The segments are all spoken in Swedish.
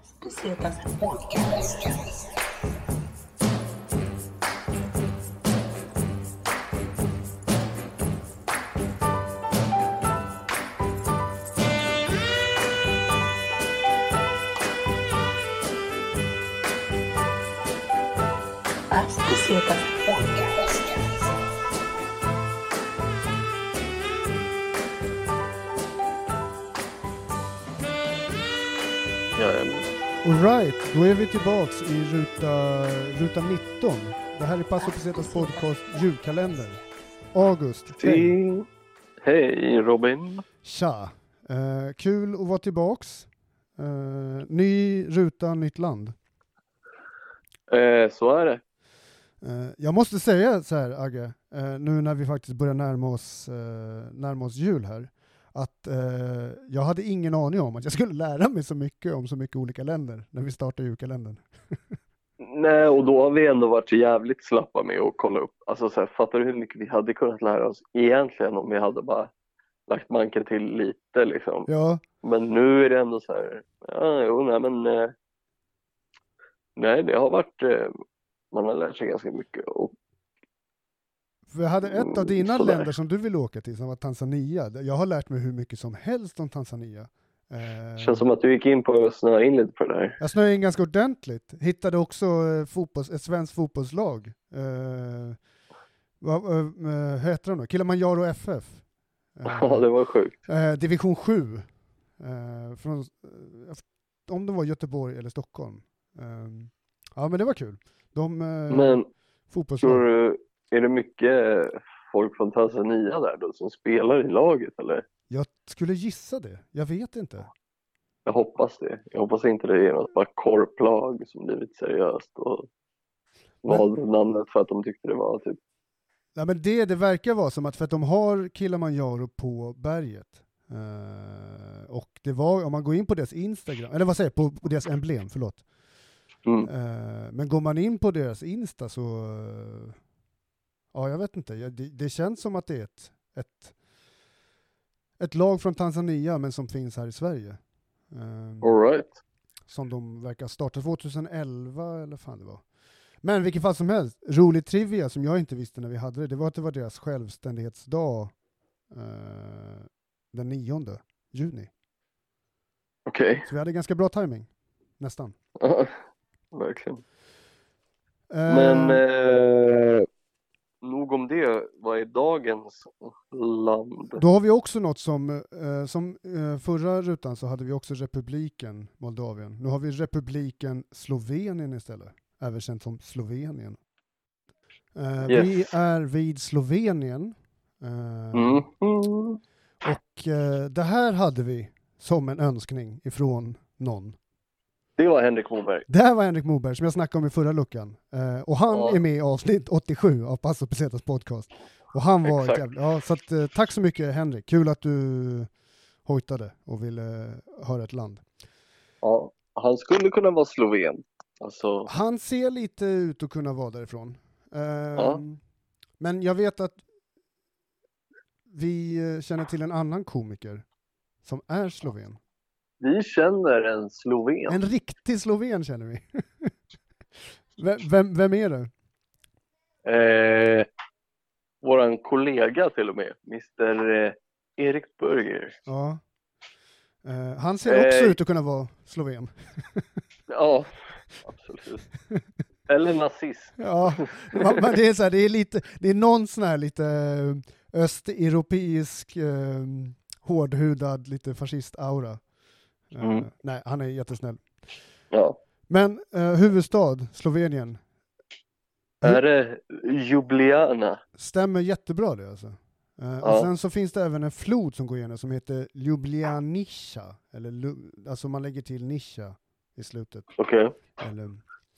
Pesetas Podcast. Pesetas Podcast. Alright, då är vi tillbaks i ruta 19. Det här är Passo Pesetas podcast julkalender. August, hej. Hej Robin. Tja, kul att vara tillbaks. Ny ruta, nytt land. Så är det. Jag måste säga så här, Agge, nu när vi faktiskt börjar närma oss jul här, att jag hade ingen aning om att jag skulle lära mig så mycket om så mycket olika länder när vi startar julkalendern. Nej, och då har vi ändå varit jävligt slappa med att kolla upp. Alltså så här, fattar du hur mycket vi hade kunnat lära oss egentligen om vi hade bara lagt manken till lite liksom. Ja. Men nu är det ändå så här, nej, det har varit, man har lärt sig ganska mycket. Och För jag hade ett av dina sådär. länder som du ville åka till som var Tanzania. Jag har lärt mig hur mycket som helst om Tanzania. Känns som att du gick in på att snöa in lite på det där. Jag snöade in ganska ordentligt. Hittade också ett svenskt fotbollslag. Vad heter de då? Kilimanjaro FF. Ja, det var sjukt. Division 7. Från, om det var Göteborg eller Stockholm. Ja, men det var kul. Men Fotbollslag. tror du, är det mycket folk från Tanzania där då som spelar i laget eller? Jag skulle gissa det. Jag vet inte. Jag hoppas det. Jag hoppas inte det är något bara korplag som blivit seriöst och valde namnet för att de tyckte det var typ. Ja, men det verkar vara som att för att de har Kilimanjaro på berget. Och det var, om man går in på deras Instagram, eller vad säger jag, på deras emblem, förlåt. Men går man in på deras Insta så ja, jag vet inte. Det känns som att det är ett lag från Tanzania men som finns här i Sverige. All right. Som de verkar starta 2011 eller fan det var. Men vilket fall som helst, rolig trivia som jag inte visste när vi hade det var att det var deras självständighetsdag den 9 juni. Okej. Så vi hade ganska bra timing. Nästan. Ja, verkligen. Men nog om det. Vad är dagens land? Då har vi också något som förra rutan så hade vi också republiken Moldavien. Nu har vi republiken Slovenien istället. Översatt som Slovenien. Yes. Vi är vid Slovenien. Och det här hade vi som en önskning ifrån någon. Det var Henrik Moberg. Det här var Henrik Moberg som jag snackade om i förra luckan. Och han är med i avsnitt 87 av Passo Pesetas podcast. Och han var så att, tack så mycket Henrik. Kul att du hojtade och ville höra ett land. Ja, han skulle kunna vara sloven. Alltså. Han ser lite ut att kunna vara därifrån. Men jag vet att vi känner till en annan komiker som är sloven. Vi känner en sloven. En riktig sloven känner vi. Vem är det? Våran kollega till och med. Mr. Erik Burger. Ja. Han ser också ut att kunna vara sloven. Ja, absolut. Eller nazist. Ja, men det är så här, det är någon sån här lite östeuropeisk hårdhudad lite fascist-aura. Nej, han är jättesnäll. Ja. Men huvudstad, Slovenien. Är det Ljubljana? Stämmer jättebra det alltså. Och sen så finns det även en flod som går igenom som heter Ljubljanica. Eller, alltså man lägger till Nisha i slutet. Okej. Eller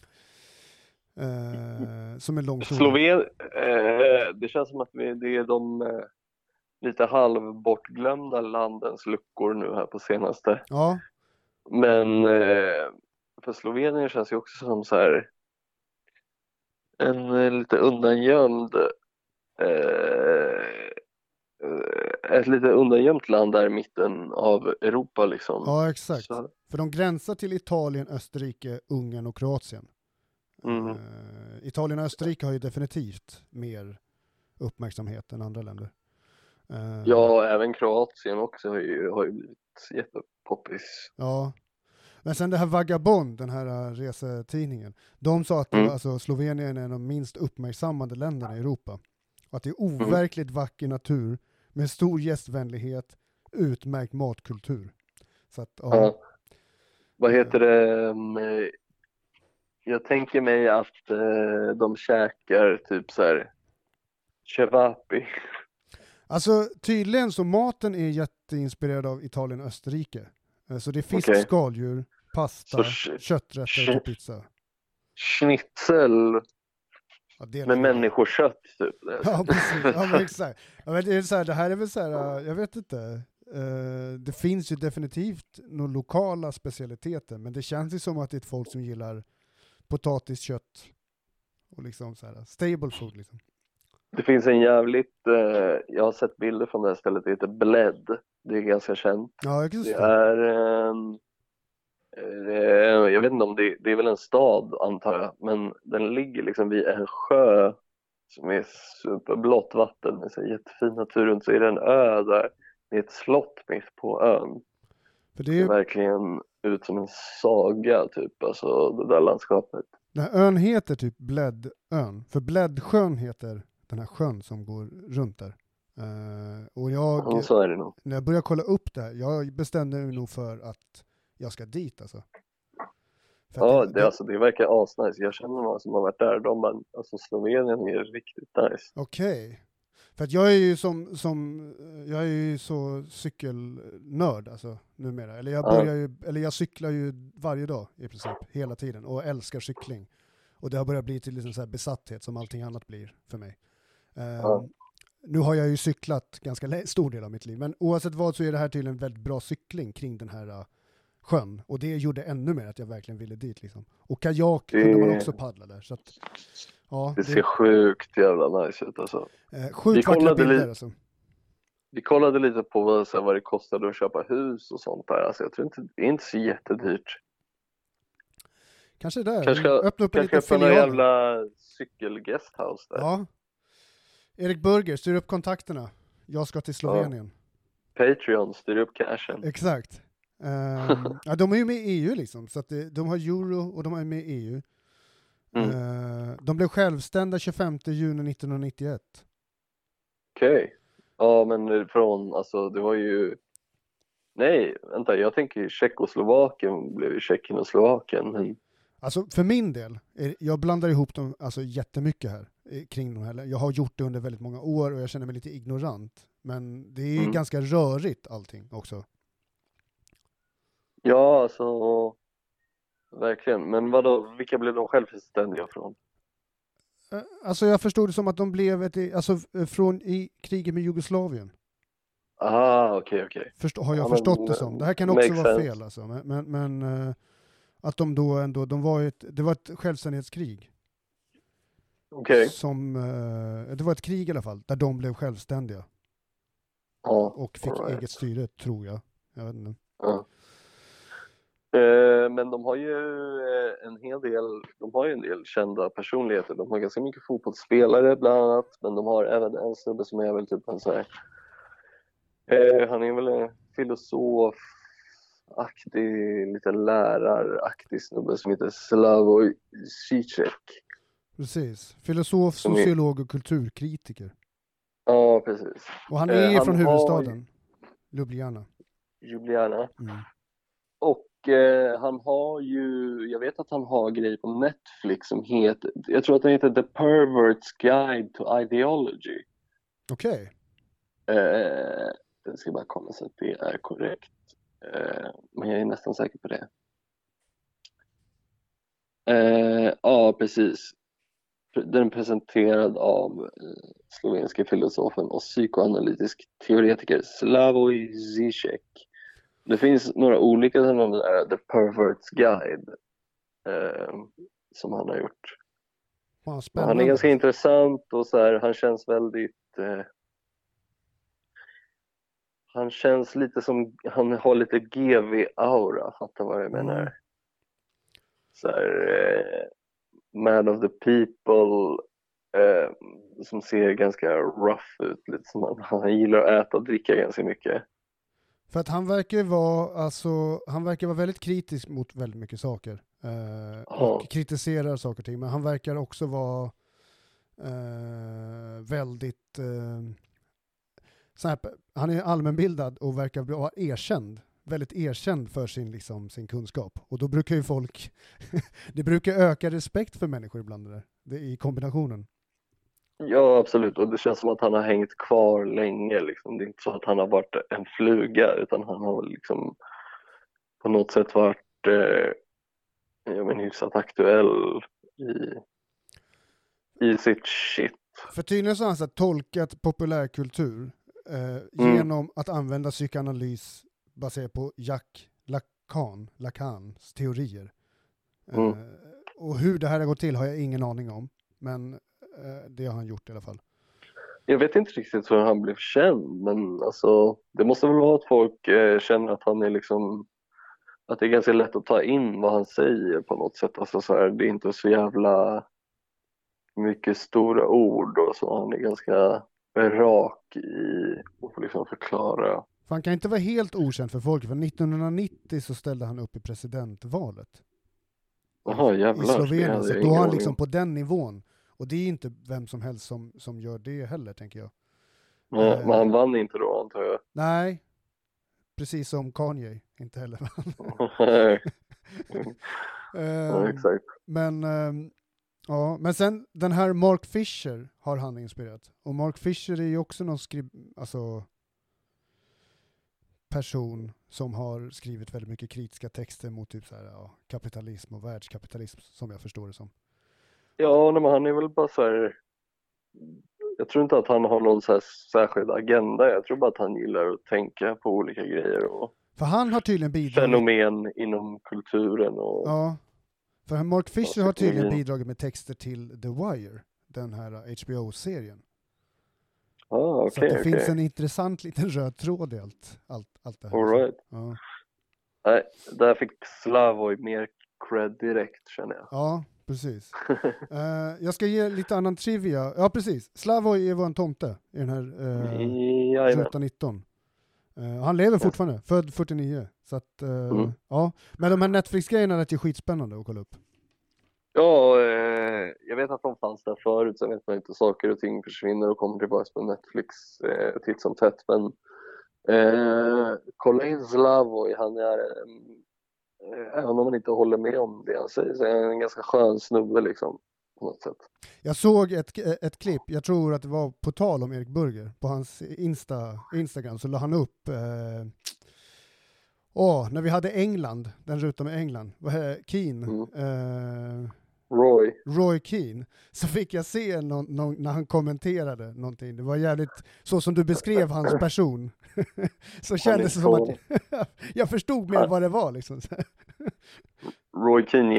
som en lång det känns som att det är de lite halvbortglömda landens luckor nu här på senaste. Ja. Men för Slovenien känns ju också som så här en lite undangömd ett lite undangömt land där i mitten av Europa liksom. Ja, exakt. Så, För de gränsar till Italien, Österrike, Ungern och Kroatien. Italien och Österrike har ju definitivt mer uppmärksamhet än andra länder. ja, även Kroatien också har ju blivit jättepoppis. Ja. Men sen det här Vagabond, den här resetidningen, de sa att alltså, Slovenien är en av de minst uppmärksammade länderna i Europa. Och att det är overkligt vacker natur med stor gästvänlighet, utmärkt matkultur. Så att, ja. Ja. Vad heter det? Jag tänker mig att de käkar typ så här cevapi. Alltså tydligen så maten är jätteinspirerad av Italien och Österrike. Så det är fisk, skaldjur, pasta, kötträtter och pizza. Schnitzel med människokött typ. Ja, precis. Ja, men exakt. Ja, men det är så här, det här är väl så här, jag vet inte. Det finns ju definitivt några lokala specialiteter, men det känns ju som att det är ett folk som gillar potatis, kött och liksom så här stable food liksom. Det finns en jävligt, jag har sett bilder från det här stället, det heter Bled. Det är ganska känt. Ja, just det. Jag vet inte om det är väl en stad antar jag, men den ligger liksom vid en sjö som är superblått vatten med så jättefin natur runt, så är det en ö där med ett slott mitt på ön. För det är verkligen ut som en saga typ, alltså det där landskapet. Den här ön heter typ Bläddön, för Bläddsjön heter den här sjön som går runt där. Och så är det nog. När jag började kolla upp det här, jag bestämde mig nog för att jag ska dit alltså. Ja, det verkar asnice. Jag känner några som har varit där. Alltså Slovenien är riktigt nice. Okej. För att jag är ju jag är ju så cykelnörd alltså numera. Eller jag cyklar ju varje dag i princip hela tiden och älskar cykling. Och det har börjat bli till liksom så här besatthet som allting annat blir för mig. Nu har jag ju cyklat ganska stor del av mitt liv, men oavsett vad så är det här tydligen väldigt bra cykling kring den här sjön. Och det gjorde ännu mer att jag verkligen ville dit liksom. Och kajak kunde man också paddla där. Så att, ja, det ser sjukt jävla nice ut alltså. Sjukt vackra bilder alltså. Vi kollade lite på vad det kostade att köpa hus och sånt där. Alltså jag tror inte, det är inte så jättedyrt. Kanske där. Kanske öppna upp en liten filial. Någon jävla cykelguesthouse där. Ja. Erik Burger, styr upp kontakterna. Jag ska till Slovenien. Patreon, styr upp cashen. Exakt. Ja, de är ju med i EU liksom. Så att de har euro och de är med i EU. De blev självständiga 25 juni 1991. Okej. Ja, men alltså det var ju... Nej, vänta, jag tänker Tjeckoslovakien blev ju Tjeckien och Slovakien. Men... Alltså för min del, jag blandar ihop dem alltså jättemycket här kring de här. Jag har gjort det under väldigt många år och jag känner mig lite ignorant. Men det är ganska rörigt allting också. Ja, alltså verkligen. Men vilka blev de självständiga från? Alltså jag förstod det som att de blev från i kriget med Jugoslavien. Okej. Har jag förstått det som. Det här kan också vara fel alltså. Men att de då ändå, det var ett självständighetskrig. Okej. Det var ett krig i alla fall, där de blev självständiga. Och fick eget styre, tror jag. Jag vet inte. Men de har ju en del kända personligheter. De har ganska mycket fotbollsspelare bland annat, men de har även en snubbe som är väl typ en så här, han är väl en filosofaktig, lite läraraktig snubbe som heter Slavoj Žižek. Precis, filosof, sociolog och kulturkritiker. Ja, precis. Och han är från huvudstaden Ljubljana. Och han har ju, jag vet att han har grejer på Netflix som heter, jag tror att den heter The Pervert's Guide to Ideology. Okej. Jag ska bara kolla så att det är korrekt. Men jag är nästan säker på det. Ja, precis. Den är presenterad av slovenska filosofen och psykoanalytisk teoretiker Slavoj Žižek. Det finns några olika som de där The Pervert's Guide som han har gjort. Han är ganska intressant och så här, han känns väldigt Han känns lite som, han har lite GV-aura, fattar vad jag menar. Så här, man of the people, som ser ganska rough ut, lite som han gillar att äta och dricka ganska mycket. För att han verkar vara väldigt kritisk mot väldigt mycket saker. Och kritiserar saker och ting. Men han verkar också vara väldigt... han är allmänbildad och verkar vara väldigt erkänd för sin kunskap. Och då brukar ju folk... det brukar öka respekt för människor ibland det i kombinationen. Ja, absolut. Och det känns som att han har hängt kvar länge. Liksom. Det är inte så att han har varit en fluga, utan han har liksom på något sätt varit hyfsat aktuell i sitt shit. För tydligen så har han tolkat populärkultur genom att använda psykoanalys baserat på Jacques Lacans teorier. Och hur det här har gått till har jag ingen aning om. Men det har han gjort i alla fall. Jag vet inte riktigt hur han blev känd, men alltså, det måste väl vara att folk känner att han är liksom, att det är ganska lätt att ta in vad han säger på något sätt. Alltså så här, det är inte så jävla mycket stora ord och så. Han är ganska rak i att liksom förklara. För han kan inte vara helt okänd för folk. För 1990 så ställde han upp i presidentvalet. Jaha, jävlar. I Slovenien. Så då har han liksom på den nivån. Och det är inte vem som helst som gör det heller, tänker jag. Nej, men han vann inte då, antar jag. Nej, precis som Kanye inte heller vann. Ja, exakt. Men sen den här Mark Fisher har han inspirerat. Och Mark Fisher är ju också någon person som har skrivit väldigt mycket kritiska texter mot typ så här, kapitalism och världskapitalism, som jag förstår det som. Ja, men han är väl bara så här... Jag tror inte att han har någon så här särskild agenda. Jag tror bara att han gillar att tänka på olika grejer och för han har tydligen bidragit... fenomen inom kulturen och... Ja, för Mark Fisher har tydligen bidragit med texter till The Wire, den här HBO-serien. Okay, så att det finns en intressant liten röd tråd i allt det här. All right. Ja. Nej, där fick Slavoj mer cred direkt, känner jag. Ja, precis. Jag ska ge lite annan trivia. Ja, precis. Slavoj är vår tomte i den här Ruta 19. Han lever fortfarande, född 49. Så att, ja. Men de här Netflix-grejerna är ju skitspännande att kolla upp. Ja, jag vet att de fanns där förut, så vet man inte, saker och ting försvinner och kommer tillbaka på Netflix titt som tätt. Men kolla in Slavoj, han är, även om man inte håller med om det han säger, så är han en ganska skön snubbe liksom, på något sätt. Jag såg ett klipp, jag tror att det var på tal om Erik Burger, på hans Instagram så la han upp när vi hade England, den rutan med England, Keane, Roy Keane, så fick jag se när han kommenterade någonting. Det var jävligt, så som du beskrev hans person, så kändes det som att jag förstod mer vad det var liksom. Roy Keane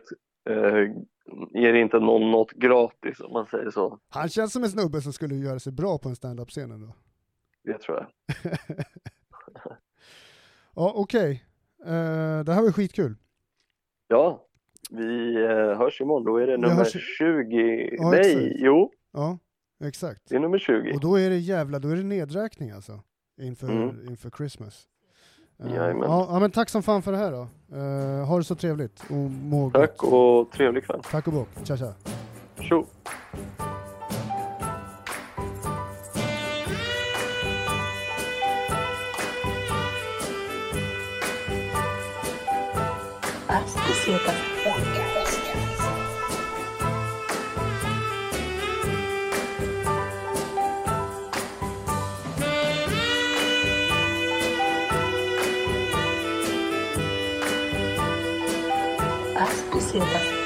ger inte någon något gratis, om man säger så. Han känns som en snubbe som skulle göra sig bra på en stand-up-scen ändå. Det tror jag. Ja, okej. Det här var skitstkul. Ja, vi hörs imorgon. Då är det nummer 20. Ja, nej, exakt. Jo. Ja, exakt. Det är nummer 20. Och då är det nedräkning alltså. Inför Christmas. Ja, men tack som fan för det här då. Ha det så trevligt. Och tack och trevlig kväll. Tack och bock. Tja tja. Tjo. Ascocietas Podcast. Ascocietas